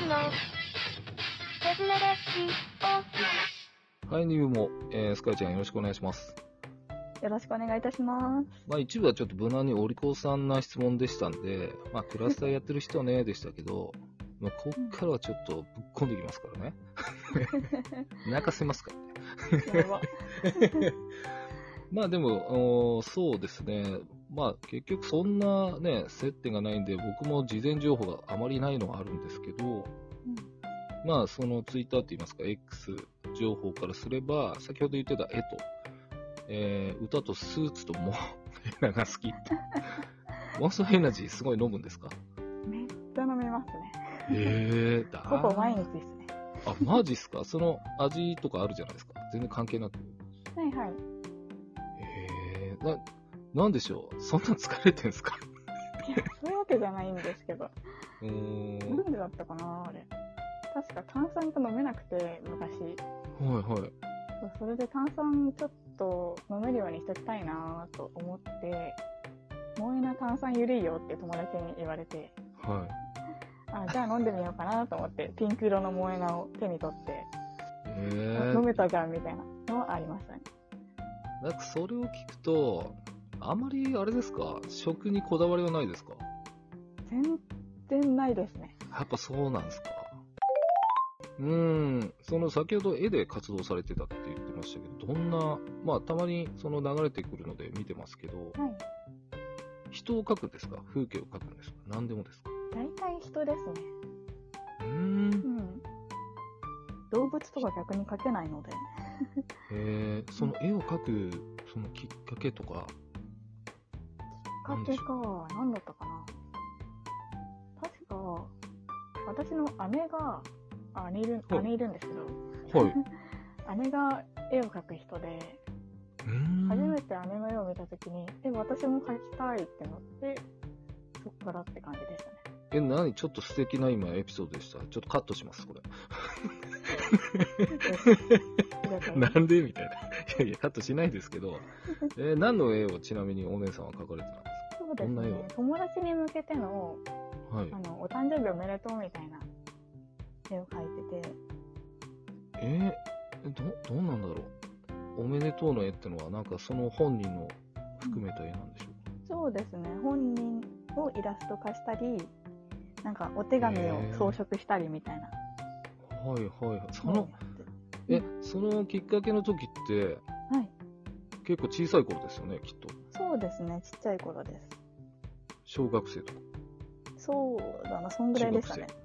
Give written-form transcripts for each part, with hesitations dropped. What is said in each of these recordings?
はい、ニューも、スカイちゃんよろしくお願いします。 よろしくお願いいたします。 まあ一部はちょっと無難にお利口さんな質問でしたんで、まあクラスターやってる人はね、でしたけど、まあこっからはちょっとぶっ込んでいきますからね。泣かせますからね。 やば。 まあでも、そうですね。まあ結局そんなね、接点がないんで、僕も事前情報があまりないのはあるんですけど、まあそのツイッターって言いますか、X 情報からすれば、先ほど言ってた絵と、歌とスーツとモンスターが好きって。モンスターエナジーすごい飲むんですか？ めっちゃ飲みますね。 だほぼ毎日ですね。 あ、マジっすか？その味とかあるじゃないですか。全然関係なく。 はいはい。 なんでしょう？そんな疲れてんすか？ いや、そういうわけじゃないんですけど。 なんでだったかな、あれ。確か炭酸が飲めなくて、昔。 はいはい。 それで炭酸ちょっと飲めるようにしときたいなと思って、萌えな炭酸ゆるいよって友達に言われて、 はい。 じゃあ飲んでみようかなと思って、ピンク色の萌えなを手に取って、飲めたじゃんみたいなのはありましたね。 なんかそれを聞くと、あまりあれですか、食にこだわりはないですか？ 全然ないですね。 やっぱそうなんですか。その先ほど絵で活動されてたって言ってましたけど、どんな、まあたまにその流れてくるので見てますけど、 はい、 人を描くんですか？風景を描くんですか？何でもですか？ 大体人ですね。動物とか逆に描けないので。 その絵を描くそのきっかけとか。 きっかけか、何だったかな。確か、私の姉が、姉いるんですけど、 はい。 姉が絵を描く人で、初めて姉の絵を見たときに、私も描きたいってなって、そっからって感じでしたね。 何ちょっと素敵な今エピソードでした。ちょっとカットします、これ。なんでみたいな。いやいや、カットしないですけど、何の絵をちなみにお姉さんは描かれてたんですか？ そうですね。友達に向けての、はい、お誕生日おめでとうみたいな絵を描いてて。 どうなんだろう。おめでとうの絵ってのは、なんかその本人の含めた絵なんでしょうか？ そうですね。本人をイラスト化したり、なんかお手紙を装飾したりみたいな。 はいはいはい。そのきっかけの時って、はい、結構小さい頃ですよね、きっと。 そうですね、ちっちゃい頃です。 小学生とか。 そうだな、そんぐらいでしたね。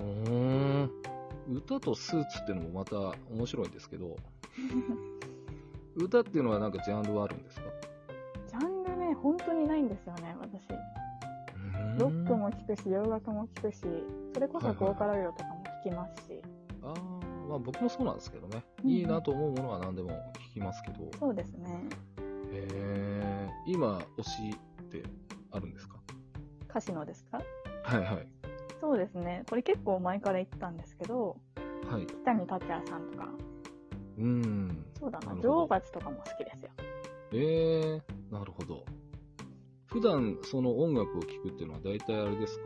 歌とスーツっていうのもまた面白いんですけど、歌っていうのはなんかジャンルはあるんですか？ ジャンルね、本当にないんですよね、私。ロックも聴くし、洋楽も聴くし、それこそボーカロイドとかも聴きますし。 まあ僕もそうなんですけどね、いいなと思うものは何でも聴きますけど。 そうですね。 今推しってあるんですか？ 歌詞のですか？ はいはい。 そうですね。これ結構前から言ったんですけど、 はい。 北見達也さんとか。そうだな、女王蜂とかも好きですよ。 なるほど。普段その音楽を聴くっていうのは大体あれですか？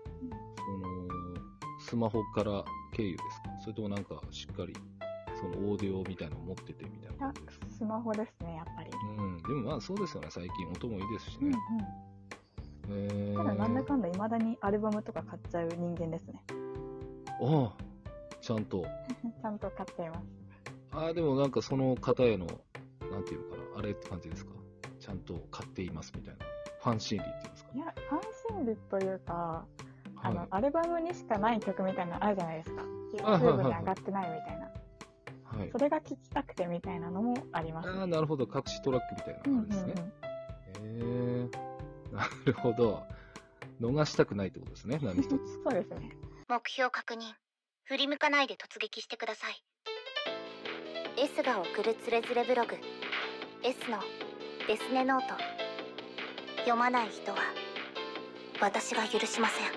スマホから経由ですか？それともなんかしっかりそのオーディオみたいなのを持っててみたいな感じですか？ スマホですね、やっぱり。 でもまあそうですよね、最近音もいいですしね。 ただなんだかんだ未だにアルバムとか買っちゃう人間ですね。 ああ、ちゃんと。 ちゃんと買っています。 でもなんかその方への、なんていうのかな、あれって感じですか？ちゃんと買っていますみたいな。ファン心理っていうんですか？ いや、ファン心理というか、アルバムにしかない曲みたいなのあるじゃないですか。YouTube に上がってないみたいな。それが聴きたくてみたいなのもあります、ね。 なるほど。隠しトラックみたいな感じですね。なるほど。逃したくないってことですね、何一つ。 そうですね。 目標確認。振り向かないで突撃してください。S が送るつれづれブログ。S のデスネノート。読まない人は私が許しません。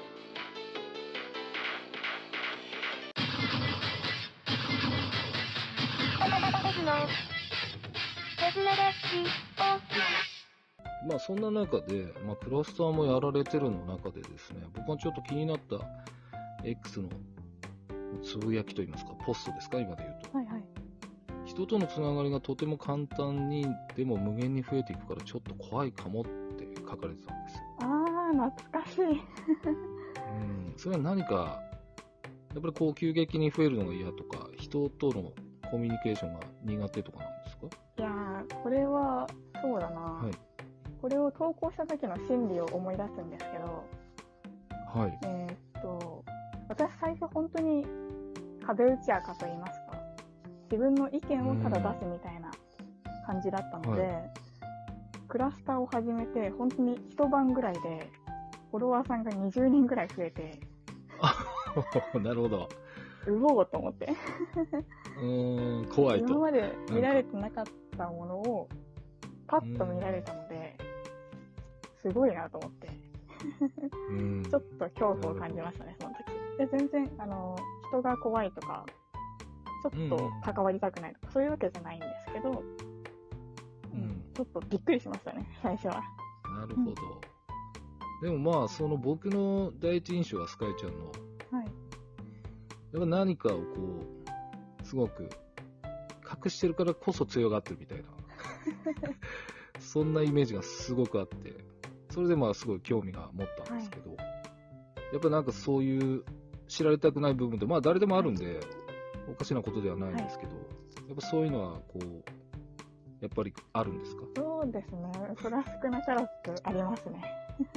まあそんな中で、クラスターもやられてるの中でですね、僕はちょっと気になった X のつぶやきといいますか、ポストですか、今で言うと。 はいはい。 人とのつながりがとても簡単に、でも無限に増えていくから、ちょっと怖いかもって書かれてたんですよ。 懐かしい。 それは何か、やっぱりこう急激に増えるのが嫌とか、人とのコミュニケーションが苦手とかなんですか？ いやー、これはそうだな、はい、これを投稿した時の心理を思い出すんですけど、 はい、 私最初本当に壁打ち赤と言いますか、自分の意見をただ出すみたいな感じだったので、はい、クラスターを始めて本当に一晩ぐらいでフォロワーさんが20人ぐらい増えてなるほど。 うおーと思って怖いと。 今まで見られてなかったものをパッと見られたので、すごいなと思ってちょっと恐怖を感じましたね、その時。で、全然人が怖いとかちょっと関わりたくないとか、そういうわけじゃないんですけど、ちょっとびっくりしましたね、最初は。 なるほど。でもまあ、その僕の第一印象はスカイちゃんの、はい、やっぱ何かをこう、すごく隠してるからこそ強がってるみたいな、そんなイメージがすごくあって、それでまあすごい興味が持ったんですけど、はい、やっぱなんかそういう知られたくない部分って、まあ誰でもあるんで、はい、おかしなことではないんですけど、はい、やっぱそういうのはこう、やっぱりあるんですか？ そうですね。それは少なからずありますね。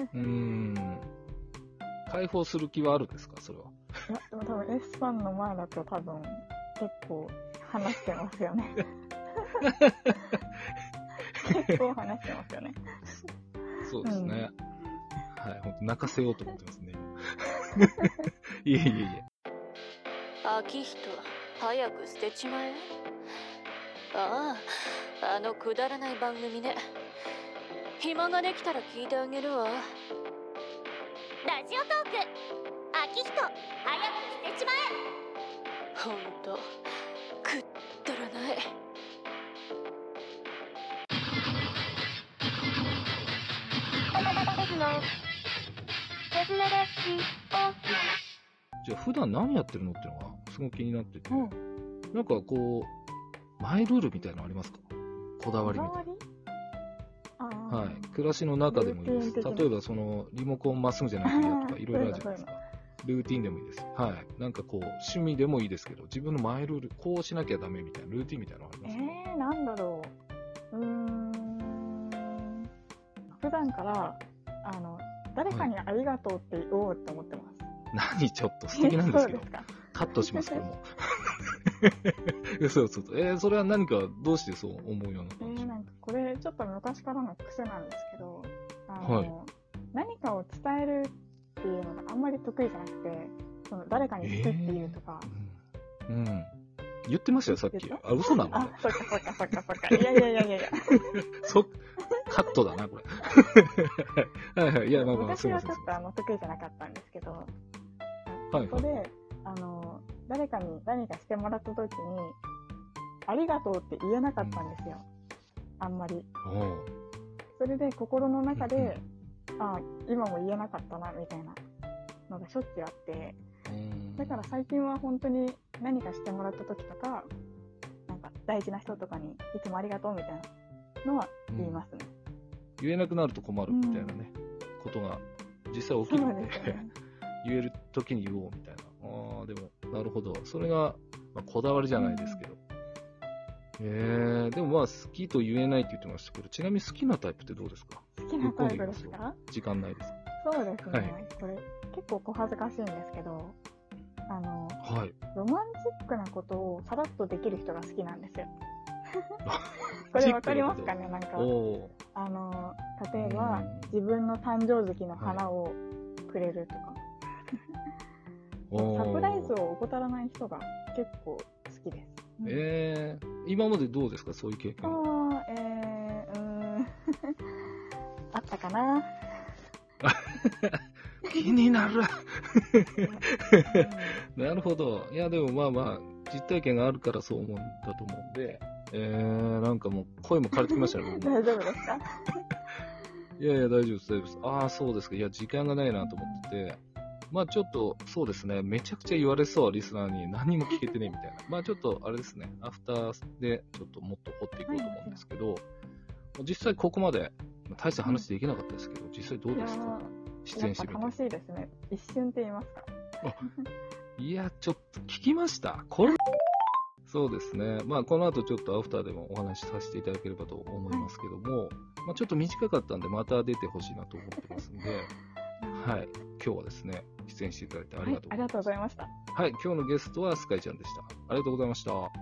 解放する気はあるんですか、それは。 いや、でも多分 S ファンの前だと多分結構話してますよね。結構話してますよね。 そうですね。はい、本当泣かせようと思ってますね。いえいえいえ。 秋人、早く捨てちまえ。あのくだらない番組ね。暇ができたら聞いてあげるわ。 ラジオトーク、秋人、早く捨てちまえ。 ほんと、くったらない。 じゃあ普段何やってるのっていうのがすごく気になってて、なんかこうマイルールみたいなのありますか？こだわりみたいな。はい、暮らしの中でもいいです。例えばそのリモコンまっすぐじゃないと嫌とかいろいろあるじゃないですか。ルーティンでもいいです。はい。なんかこう趣味でもいいですけど、自分のマイルール、こうしなきゃダメみたいなルーティンみたいなのありますか？ なんだろう。普段から誰かにありがとうって言おうって思ってます。 何ちょっと素敵なんですけど。カットしますこれも。そう。それは何かどうしてそう思うような感じ？ なんかこれちょっと昔からの癖なんですけど、はい、何かを伝えるっていうのがあんまり得意じゃなくて、その誰かに好きっていうとか、 言ってましたよさっき。嘘なの？ そっか。いや。 カットだなこれ。はい。いやまあ昔はちょっと得意じゃなかったんですけど、そこで誰かに何かしてもらった時にありがとうって言えなかったんですよ、あんまり。それで心の中で、今も言えなかったなみたいなのがしょっちゅうあって、だから最近は本当に何かしてもらった時とか、なんか大事な人とかにいつもありがとうみたいなのは言いますね。 言えなくなると困るみたいなね、ことが実際起きるので、言える時に言おうみたいな。でもなるほど。それが、こだわりじゃないですけど。でも好きと言えないって言ってましたけど、ちなみに好きなタイプってどうですか？ 好きなタイプですか？ 時間ないです。 そうですね。はい、これ結構小恥ずかしいんですけど、 はい、 ロマンチックなことをさらっとできる人が好きなんですよ。これわかりますかね？なんか例えば自分の誕生月の花をくれるとか、サプライズを怠らない人が結構好きです。 今までどうですか、そういう経験は？ あったかな。 気になる。なるほど。いやでも実体験があるからそう思うんだと思うんで、なんかもう声も枯れてきましたね。 大丈夫ですか？ いや大丈夫です。そうですか。いや時間がないなと思ってて、 まあちょっと、そうですね、めちゃくちゃ言われそう、リスナーに何も聞けてね、みたいな。まあちょっと、あれですね、アフターでちょっともっと掘っていこうと思うんですけど、実際ここまで、大した話できなかったですけど、実際どうですか？出演してみて。 楽しいですね。一瞬って言いますか。 いや、ちょっと聞きましたこれ。そうですね。まあ、この後ちょっとアフターでもお話しさせていただければと思いますけども、まあ、ちょっと短かったんで、また出てほしいなと思ってますんで、はい。今日はですね、出演していただいてありがとうございました。 ありがとうございました。 はい。今日のゲストはスカイちゃんでした。ありがとうございました。